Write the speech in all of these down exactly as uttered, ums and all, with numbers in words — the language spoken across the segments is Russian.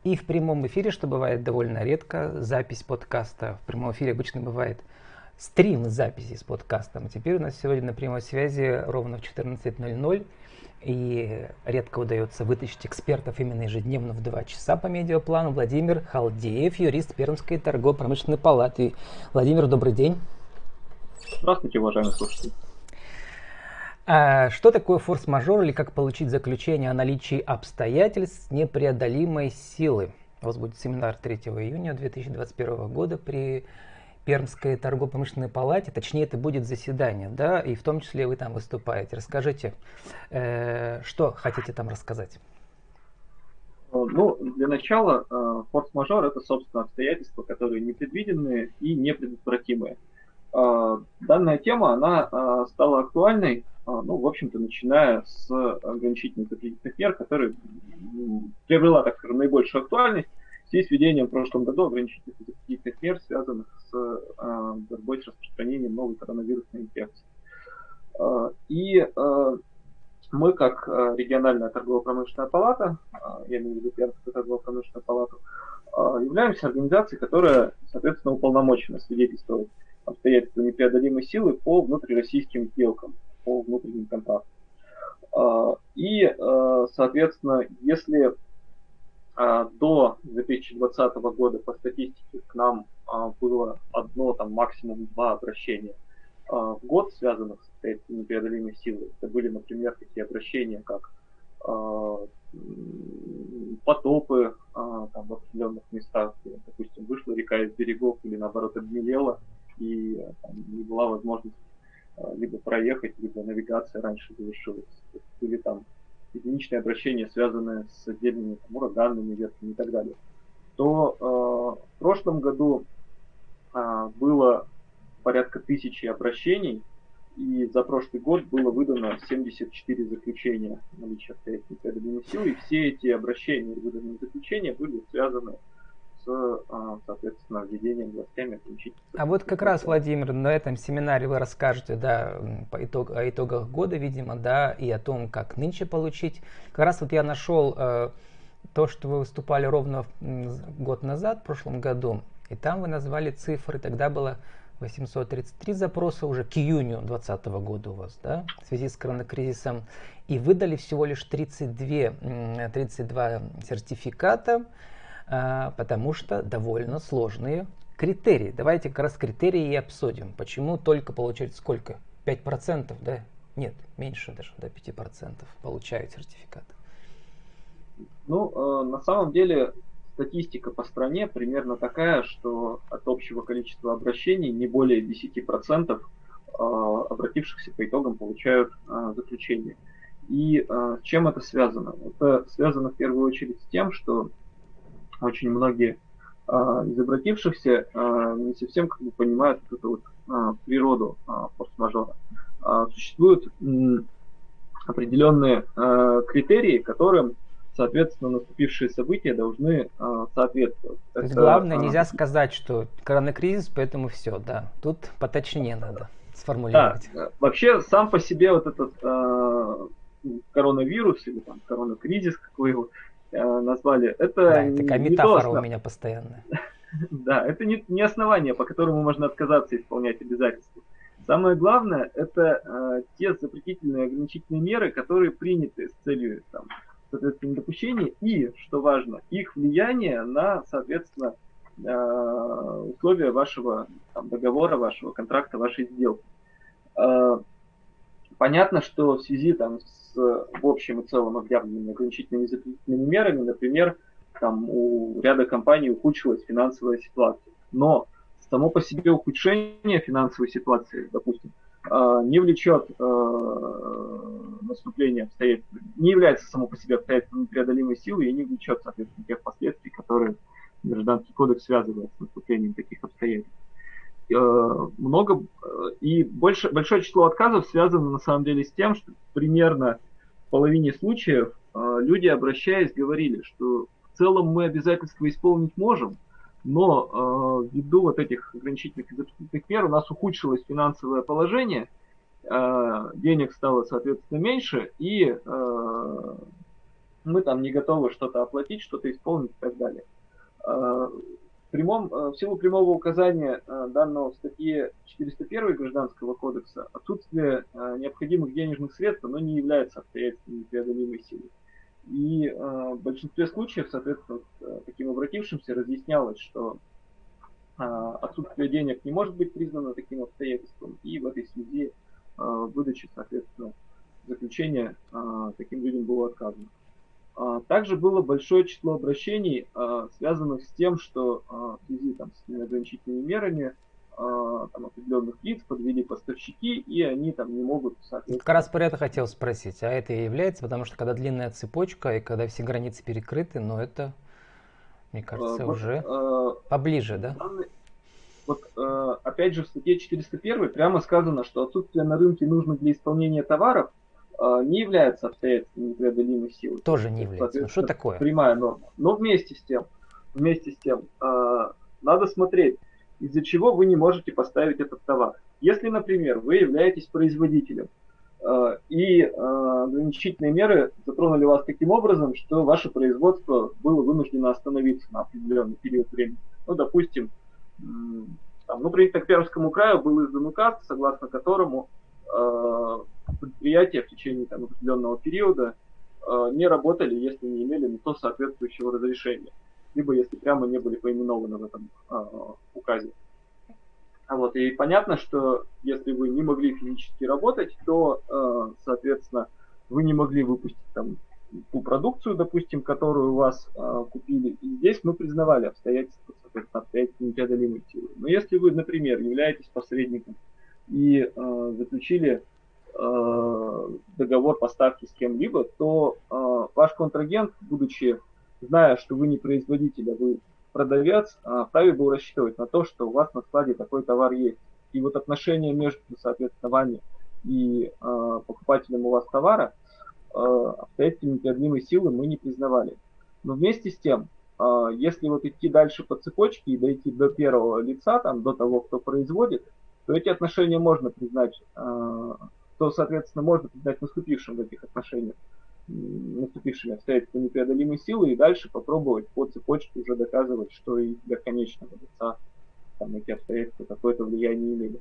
и в прямом эфире, что бывает довольно редко, запись подкаста. В прямом эфире обычно бывает стрим записи с подкастом. Теперь у нас сегодня на прямой связи ровно в четырнадцать ноль ноль. И редко удается вытащить экспертов именно ежедневно в два часа по медиаплану. Владимир Халдеев, юрист Пермской торгово-промышленной палаты. Владимир, добрый день. Здравствуйте, уважаемые слушатели. А что такое форс-мажор или как получить заключение о наличии обстоятельств непреодолимой силы? У вас будет семинар третьего июня две тысячи двадцать первого года при Пермской торгово-промышленной палате, точнее это будет заседание, да, и в том числе вы там выступаете. Расскажите, э, что хотите там рассказать? Ну, для начала, форс-мажор – это, собственно, обстоятельства, которые непредвиденные и непредотвратимые. Данная тема, она стала актуальной, ну, в общем-то, начиная с ограничительных кредитных мер, которые приобрела, так скажем, наибольшую актуальность в связи с введением в прошлом году ограничительных кредитных мер, связанных с борьбой с распространением новой коронавирусной инфекции. И мы, как региональная торгово-промышленная палата, я имею в виду Пермскую торгово-промышленную палату, являемся организацией, которая, соответственно, уполномочена свидетельствовать обстоятельства непреодолимой силы по внутрироссийским сделкам, по внутренним контрактам. И, соответственно, если до две тысячи двадцатого года по статистике к нам было одно, там, максимум два обращения в год, связанных с обстоятельствами непреодолимой силы, это были, например, такие обращения, как потопы там, в определенных местах, где, допустим, вышла река из берегов или, наоборот, обмелела, и там, не была возможность либо проехать, либо навигация раньше завершилась. Были там единичные обращения, связанные с отдельными там, ураганными ветрами и так далее. То э, в прошлом году э, было порядка тысячи обращений, и за прошлый год было выдано семьдесят четыре заключения наличия обстоятельств непреодолимой силы, и все эти обращения и выданные заключения были связаны с, соответственно, введением властями ограничительных. А вот как раз, Владимир, на этом семинаре вы расскажете, да, по итог, о итогах года, видимо, да, и о том, как нынче получить. Как раз вот я нашел э, то, что вы выступали ровно год назад, в прошлом году, и там вы назвали цифры, тогда было восемьсот тридцать три запроса уже к июню двадцатого года у вас, да, в связи с коронакризисом, и выдали всего лишь тридцать два, тридцать два сертификата, потому что довольно сложные критерии. Давайте как раз критерии и обсудим. Почему только получается сколько? пять процентов, да? Нет, меньше даже, да, пять процентов получают сертификат. Ну, э, на самом деле статистика по стране примерно такая, что от общего количества обращений не более десять процентов э, обратившихся по итогам получают э, заключение. И э, с чем это связано? Это связано в первую очередь с тем, что очень многие э, из обратившихся э, не совсем как бы понимают вот эту вот, э, природу э, форс-мажора. Э, существуют э, определенные э, критерии, которым, соответственно, наступившие события должны э, соответствовать. То есть это, главное, э, нельзя сказать, что коронакризис, поэтому все, да. Тут поточнее надо сформулировать. Да, вообще сам по себе вот этот э, коронавирус или там коронакризис, как вы его назвали, это да, не, такая не метафора то у основ... меня постоянная. Да, это не, не основание, по которому можно отказаться исполнять обязательства. Самое главное, это э, те запретительные ограничительные меры, которые приняты с целью, там, соответственно, недопущения и, что важно, их влияние на, соответственно, э, условия вашего там, договора, вашего контракта, вашей сделки. Э, понятно, что в связи там, с в общем и целом объявленными ограничительными запретительными мерами, например, там, у ряда компаний ухудшилась финансовая ситуация. Но само по себе ухудшение финансовой ситуации, допустим, не влечет наступление обстоятельств, не является само по себе обстоятельством непреодолимой силы и не влечет, соответственно, тех последствий, которые Гражданский кодекс связывает с наступлением таких обстоятельств. Много и больше, большое число отказов связано на самом деле с тем, что примерно в половине случаев люди, обращаясь, говорили, что в целом мы обязательства исполнить можем, но э, ввиду вот этих ограничительных и запретительных мер у нас ухудшилось финансовое положение, э, денег стало, соответственно, меньше, и э, мы там не готовы что-то оплатить, что-то исполнить и так далее. В, прямом, в силу прямого указания данного в статье четыреста один Гражданского кодекса отсутствие необходимых денежных средств, оно не является обстоятельством непреодолимой силы. И в большинстве случаев, соответственно, таким обратившимся разъяснялось, что отсутствие денег не может быть признано таким обстоятельством, и в этой связи выдача, соответственно, заключения таким людям было отказано. Также было большое число обращений, связанных с тем, что в связи там, с ограничительными мерами там, определенных лиц подвели поставщики, и они там не могут, соответственно... Как раз про это хотел спросить, а это и является, потому что когда длинная цепочка и когда все границы перекрыты, но это, мне кажется, вот, уже э, поближе, да? Данный... Вот опять же в статье четыреста один прямо сказано, что отсутствие на рынке нужных для исполнения товаров не является обстоятельством непреодолимой силы. Тоже не является. Ну, что такое? Прямая норма. Но вместе с тем, вместе с тем, э, надо смотреть, из-за чего вы не можете поставить этот товар. Если, например, вы являетесь производителем, э, и э, ограничительные меры затронули вас таким образом, что ваше производство было вынуждено остановиться на определенный период времени. Ну, допустим, э, там, ну, при Пермскому краю был издан указ, согласно которому предприятия в течение там, определенного периода э, не работали, если не имели на то соответствующего разрешения, либо если прямо не были поименованы в этом э, указе. Вот, и понятно, что если вы не могли физически работать, то, э, соответственно, вы не могли выпустить там, ту продукцию, допустим, которую у вас э, купили. И здесь мы признавали обстоятельства, соответственно, обстоятельства непреодолимой силы. Но если вы, например, являетесь посредником и э, заключили э, договор поставки с кем-либо, то э, ваш контрагент, будучи, зная, что вы не производитель, а вы продавец, э, вправе был рассчитывать на то, что у вас на складе такой товар есть. И вот отношения между, соответственно, вами и э, покупателем у вас товара э, обстоятельства непреодолимой силы мы не признавали. Но вместе с тем, э, если вот идти дальше по цепочке и дойти до первого лица, там, до того, кто производит, то эти отношения можно признать, то, соответственно, можно признать наступившим в этих отношениях, наступившими обстоятельствами непреодолимой силы, и дальше попробовать по цепочке уже доказывать, что и для конечного лица там, эти обстоятельства какое-то влияние имели.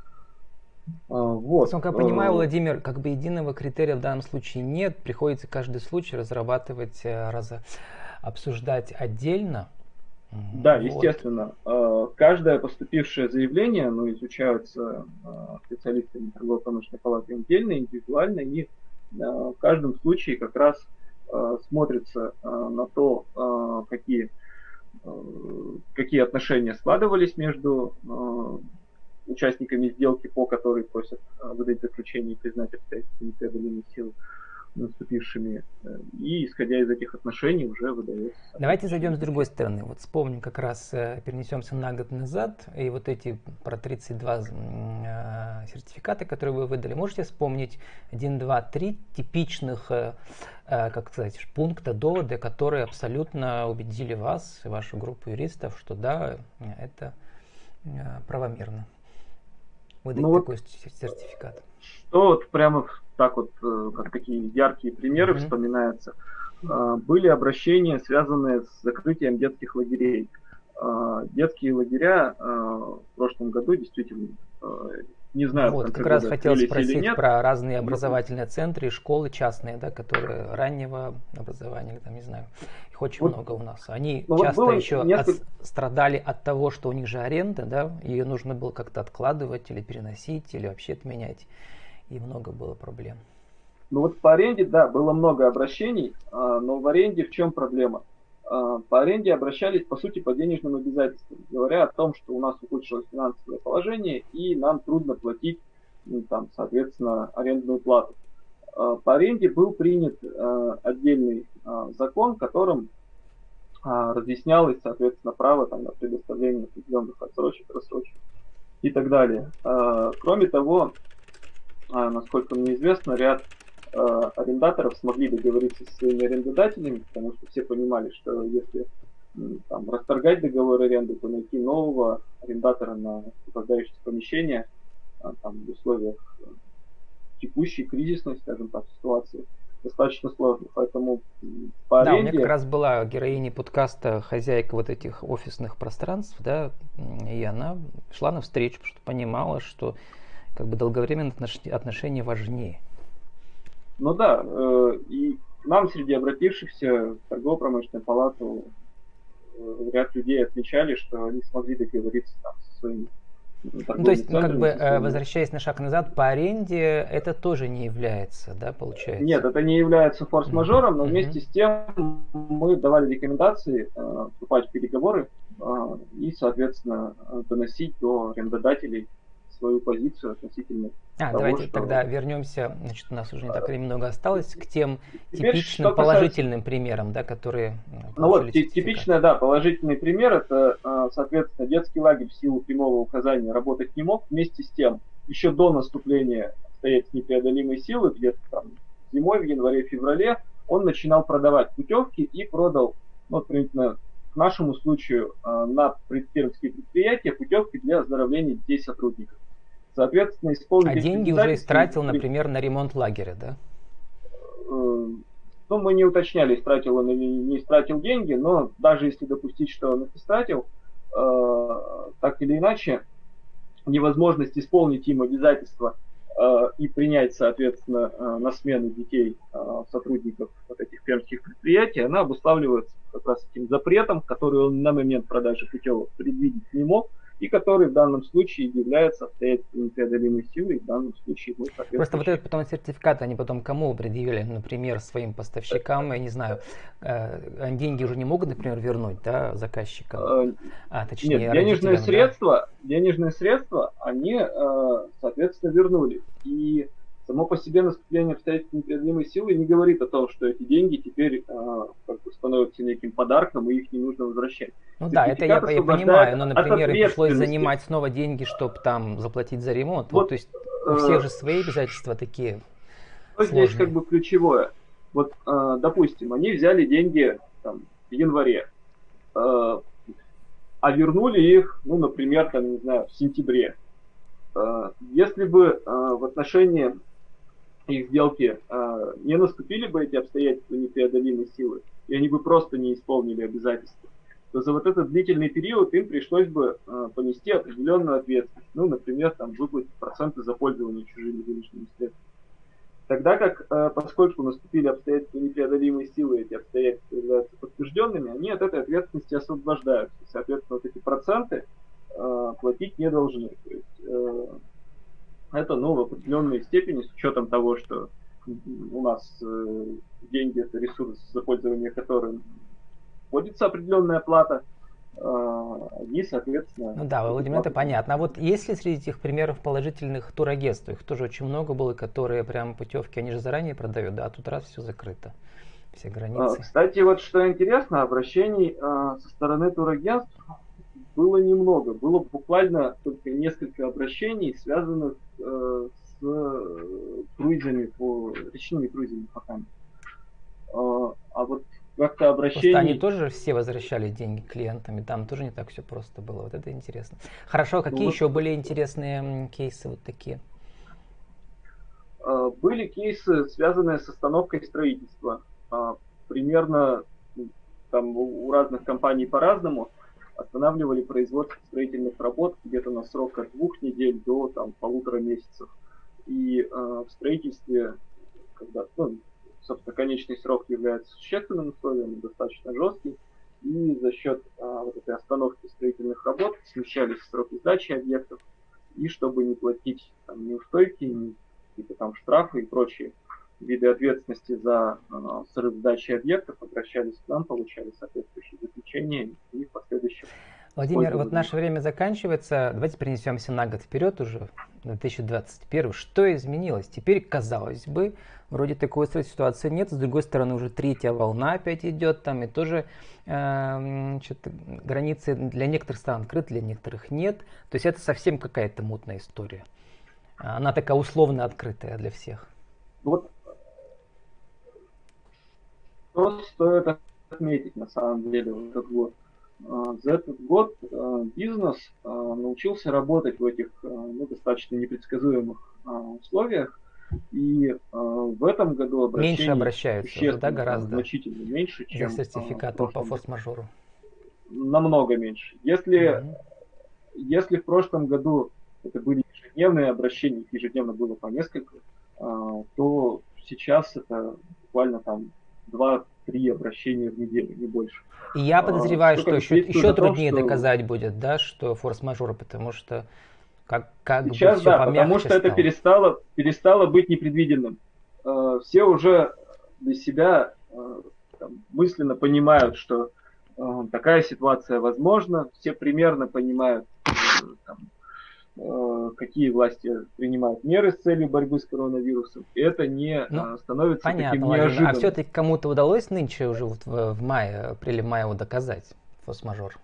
Вот. Насколько я понимаю, Владимир, как бы единого критерия в данном случае нет, приходится каждый случай разрабатывать, раз, обсуждать отдельно. Да, естественно. Вот. Каждое поступившее заявление, ну, изучаются специалистами торгово-промышленной палаты отдельно, индивидуально, и в каждом случае как раз смотрится на то, какие, какие отношения складывались между участниками сделки, по которой просят выдать заключение и признать обстоятельства непреодолимой силы наступившими, и исходя из этих отношений уже выдается. Давайте зайдем с другой стороны. Вот вспомним как раз, перенесемся на год назад, и вот эти про тридцать два сертификата, которые вы выдали, можете вспомнить один, два, три типичных, как сказать, пункта, доводы, которые абсолютно убедили вас и вашу группу юристов, что да, это правомерно выдать ну, такой сертификат? Что вот прямо так вот, как такие яркие примеры mm-hmm. вспоминаются, были обращения, связанные с закрытием детских лагерей. Детские лагеря в прошлом году действительно, не знаю, вот, как раз хотел спросить про разные образовательные центры и школы частные, да, которые раннего образования, там, не знаю, их очень вот, много у нас. Они ну, часто вот еще несколько... от, страдали от того, что у них же аренда, да, ее нужно было как-то откладывать или переносить, или вообще отменять. И много было проблем. Ну вот по аренде, да, было много обращений, но в аренде в чем проблема? По аренде обращались, по сути, по денежным обязательствам, говоря о том, что у нас ухудшилось финансовое положение и нам трудно платить, ну, там, соответственно, арендную плату. По аренде был принят отдельный закон, которым разъяснялось, соответственно, право там, на предоставление определенных отсрочек, рассрочек и так далее. Кроме того, насколько мне известно, ряд арендаторов смогли договориться со своими арендодателями, потому что все понимали, что если там, расторгать договор аренды, то найти нового арендатора на освобождающееся помещение там, в условиях текущей кризисной, скажем так, ситуации достаточно сложно. Поэтому по Да, у меня как аренде... раз была героиня подкаста хозяйка вот этих офисных пространств, да, и она шла навстречу, потому что понимала, что как бы долговременные отношения важнее. Ну да, э, и нам среди обратившихся в торгово-промышленную палату э, ряд людей отмечали, что они смогли договориться там со своими Ну, то торговыми есть, ну, как центрами, бы, со своими... возвращаясь на шаг назад, по аренде это тоже не является, да, Нет, получается? это не является форс-мажором, но Угу. вместе с тем мы давали рекомендации э, вступать в переговоры э, и, соответственно, доносить до арендодателей свою позицию относительно А, того, давайте что... тогда вернемся, значит, у нас уже не так времени много осталось, к тем Теперь, типичным что касается... положительным примерам, да, которые Ну получили вот, сертификат. типичный, да, положительный пример, это, э, соответственно, детский лагерь в силу прямого указания работать не мог. Вместе с тем, еще до наступления обстоятельств непреодолимой силы, где-то там зимой, в январе-феврале, он начинал продавать путевки и продал, ну, вот, примерно к нашему случаю, э, на пермские предприятия путевки для оздоровления детей сотрудников. Соответственно, исполнить А эти деньги уже обязательства... истратил, например, на ремонт лагеря, да? э, Ну, мы не уточняли, истратил он или не истратил деньги, но даже если допустить, что он их истратил, э, так или иначе, невозможность исполнить им обязательства э, и принять, соответственно, э, на смену детей э, сотрудников вот этих пермских предприятий, она обуславливается как раз этим запретом, который он на момент продажи путевок предвидеть не мог, и который в данном случае является обстоятельством непреодолимой силы, и в данном случае мы Просто вот соответствующий. этот потом сертификат они потом кому предъявили, например, своим поставщикам, я не знаю, э, они деньги уже не могут, например, вернуть, да, заказчикам, Э, а Нет, точнее денежные родителям, да? средства, денежные средства, они, э, соответственно, вернули. И само по себе наступление обстоятельств непреодолимой силы не говорит о том, что эти деньги теперь э, как бы становятся неким подарком, и их не нужно возвращать. Ну да, это я, Сертификат я освобождает понимаю, но, от например, им пришлось ответственности. занимать снова деньги, чтобы там заплатить за ремонт. Вот, то Вот есть у всех э, же свои обязательства такие что здесь как сложные. бы ключевое? Вот, э, допустим, они взяли деньги там, в январе, э, а вернули их, ну, например, там, не знаю, в сентябре. Если бы в отношении их сделки не наступили бы эти обстоятельства непреодолимой силы, и они бы просто не исполнили обязательства, то за вот этот длительный период им пришлось бы понести определенную ответственность. Ну, например, там, выплатить проценты за пользование чужими денежными средствами. Тогда как, поскольку наступили обстоятельства непреодолимой силы, эти обстоятельства являются подтвержденными, они от этой ответственности освобождаются. И, соответственно, вот эти проценты платить не должны. То есть, это, ну, в определенной степени, с учетом того, что у нас э, деньги это ресурс, за пользование которым вводится определенная плата, э, и, соответственно, Ну да, эти Владимир, это платы... понятно. А вот есть ли среди этих примеров положительных турагентств? Их тоже очень много было, которые прям путевки, они же заранее продают, да, а тут раз все закрыто, все границы. Кстати, вот что интересно, обращений э, со стороны турагентств было немного. Было буквально только несколько обращений, связанных э, с э, круизами, по, речными круизами по Каме. Э, а вот как-то Просто они обращений... тоже все возвращали деньги клиентам, и там тоже не так все просто было. Вот это интересно. Хорошо, а Ну, какие вот, еще были интересные кейсы вот такие? э, были кейсы, связанные с остановкой строительства. Э, примерно там у разных компаний по-разному останавливали производство строительных работ где-то на срок от двух недель до там, полутора месяцев. И э, в строительстве, когда, ну, собственно, конечный срок является существенным условием, достаточно жесткий, и за счет э, вот этой остановки строительных работ смещались сроки сдачи объектов, и чтобы не платить там, неустойки, ни какие-то там штрафы и прочие виды ответственности за э, срыв сдачи объектов, обращались к нам, получали соответствующие заключения и в последующем Владимир, вот использовали их. наше время заканчивается. Давайте перенесемся на год вперед уже, две тысячи двадцать первый. Что изменилось? Теперь, казалось бы, вроде такой ситуации нет. С другой стороны, уже третья волна опять идет там, и тоже э, границы для некоторых стран открыты, для некоторых нет. То есть это совсем какая-то мутная история. Она такая условно открытая для всех. Вот что стоит отметить на самом деле в этот год. За этот год бизнес научился работать в этих ну, достаточно непредсказуемых условиях И э, в этом году обращений меньше обращаются уже, да, гораздо? Значительно меньше, чем за сертификатом по форс-мажору. Намного меньше. Если, угу. если в прошлом году это были ежедневные обращения, их ежедневно было по несколько, э, то сейчас это буквально там два-три обращения в неделю, не больше. И я подозреваю, что, что еще, еще труднее том, что... доказать будет, да, что форс-мажор, потому что как, как сейчас, бы все да, помягче потому что стало. это перестало, перестало быть непредвиденным. Э, все уже для себя э, там, мысленно понимают, что э, такая ситуация возможна, все примерно понимают, э, там, э, какие власти принимают меры с целью борьбы с коронавирусом. И это не ну, э, становится понятно, таким Владимир. неожиданным. А все-таки кому-то удалось нынче уже вот в, в мае, апреле-мае его доказать, форс-мажор?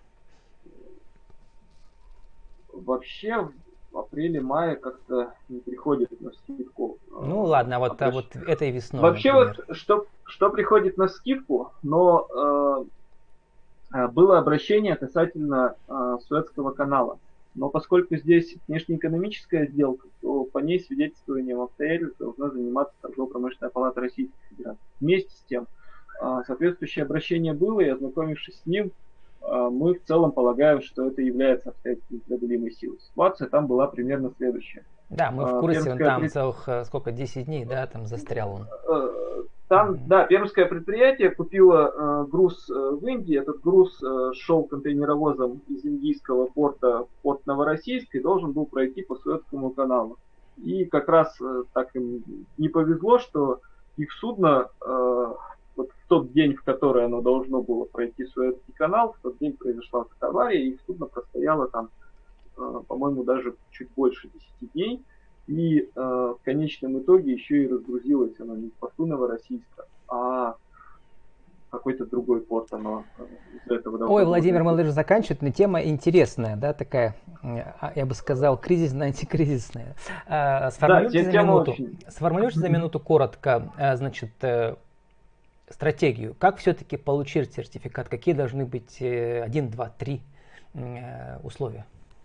Вообще в апреле-мае как-то не приходит на скидку. Ну ладно, а вот, а вот этой весной, Вообще например. вот что, что приходит на скидку, но э, было обращение касательно э, Суэцкого канала. Но поскольку здесь внешнеэкономическая сделка, то по ней свидетельствованием обстоятельств должна заниматься Торгово-промышленная палата Российской Федерации. Вместе с тем, э, соответствующее обращение было, и ознакомившись с ним, мы в целом полагаем, что это является обстоятельством непреодолимой силы. Ситуация там была примерно следующая. Да, мы в курсе, Пермское он там пред... целых, сколько, десять дней, да, там застрял он. Там, mm-hmm. да, пермское предприятие купило э, груз э, в Индии. Этот груз э, шел контейнеровозом из индийского порта в порт Новороссийск и должен был пройти по Суэцкому каналу. И как раз э, так им не повезло, что их судно э, вот в тот день, в который оно должно было пройти Суэцкий канал, в тот день произошла авария, и судно простояло там, э, по-моему, даже чуть больше десяти дней. И э, в конечном итоге еще и разгрузилось оно не в порту Новороссийска, а какой-то другой порт оно из-за этого должно Ой, было Владимир, прийти. мы даже заканчивать, но тема интересная, да, такая, я бы сказал, кризисно-антикризисная. Сформулируйте, да, за минуту, очень... сформулируйте за минуту коротко, значит, стратегию. Как все-таки получить сертификат? Какие должны быть один, два, три условия?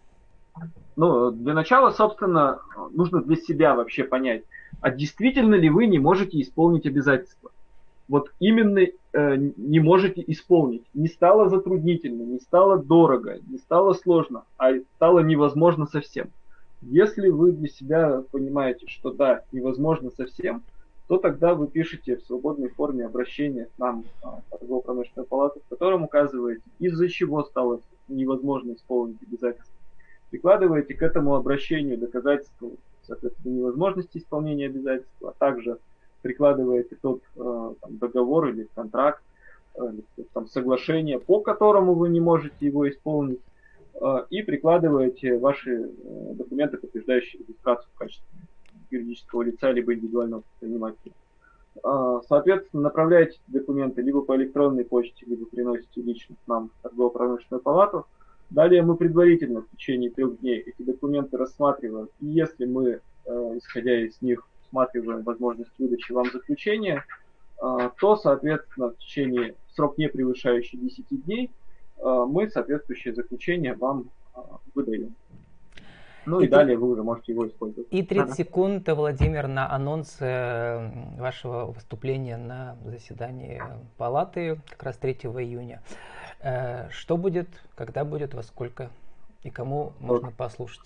Ну, для начала, собственно, нужно для себя вообще понять, а действительно ли вы не можете исполнить обязательства? Вот именно э, не можете исполнить. Не стало затруднительно, не стало дорого, не стало сложно, а стало невозможно совсем. Если вы для себя понимаете, что да, невозможно совсем, то тогда вы пишете в свободной форме обращение к нам, Торгово-промышленную палату, в котором указываете, из-за чего стало невозможно исполнить обязательства. Прикладываете к этому обращению доказательства, соответственно, невозможности исполнения обязательств, а также прикладываете тот э, там, договор или контракт, э, там, соглашение, по которому вы не можете его исполнить, э, и прикладываете ваши э, документы, подтверждающие регистрацию в качестве юридического лица либо индивидуального предпринимателя. Э, соответственно, направляете документы либо по электронной почте, либо приносите лично к нам в Торгово-промышленную палату. Далее мы предварительно в течение трех дней эти документы рассматриваем, и если мы, э, исходя из них, рассматриваем возможность выдачи вам заключения, э, то, соответственно, в течение срок не превышающий десяти дней э, мы соответствующее заключение вам э, выдаем. Ну и, и далее вы уже можете его использовать. И тридцать секунд, Владимир, на анонс вашего выступления на заседании палаты как раз третьего июня. Что будет, когда будет, во сколько и кому можно послушать?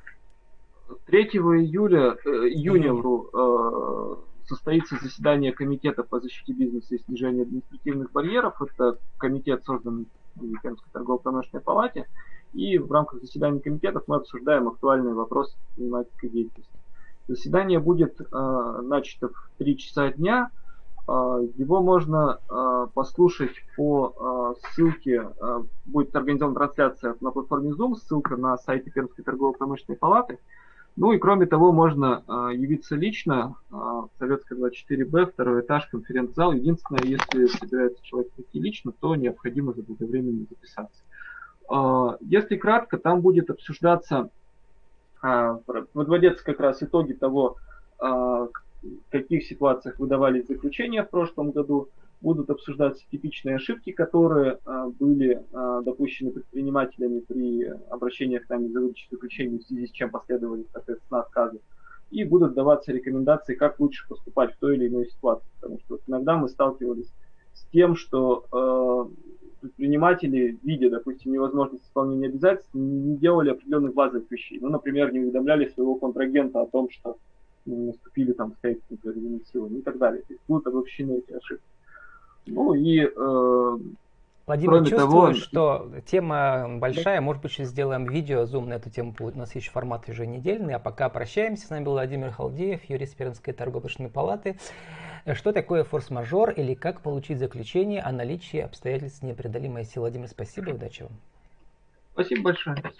третьего июля, э, июня э, состоится заседание Комитета по защите бизнеса и снижению административных барьеров. Это комитет, созданный в Пермской торгово-промышленной палате. И в рамках заседания комитетов мы обсуждаем актуальные вопросы предпринимательской деятельности. Заседание будет э, начато в три часа дня. Его можно э, послушать по э, ссылке, э, будет организована трансляция на платформе Zoom, ссылка на сайте Пермской торгово-промышленной палаты. Ну и кроме того, можно э, явиться лично э, в Советская двадцать четыре Б, второй этаж, конференц-зал. Единственное, если собирается человек прийти лично, то необходимо заблаговременно записаться. Э, если кратко, там будет обсуждаться, э, подводятся как раз итоги того, э, в каких ситуациях выдавались заключения в прошлом году, будут обсуждаться типичные ошибки, которые э, были э, допущены предпринимателями при обращениях к нам за выдачей заключений, в связи с чем последовали, соответственно, отказы. и будут даваться рекомендации, как лучше поступать в той или иной ситуации. Потому что вот иногда мы сталкивались с тем, что э, предприниматели, видя, допустим, невозможность исполнения обязательств, не делали определенных базовых вещей. Ну, например, не уведомляли своего контрагента о том, что ну, наступили там обстоятельства непреодолимой силы, и так далее. То есть будут обобщены эти ошибки. Ну и э, Владимир, кроме чувствую, того, что тема большая. да. Может быть, еще сделаем видео, зум на эту тему. У нас еще формат еженедельный. А пока прощаемся. С нами был Владимир Халдеев, юрист Пермской торгово-промышленной палаты. Что такое форс-мажор или как получить заключение о наличии обстоятельств непреодолимой силы? Владимир, спасибо и удачи вам. Спасибо большое.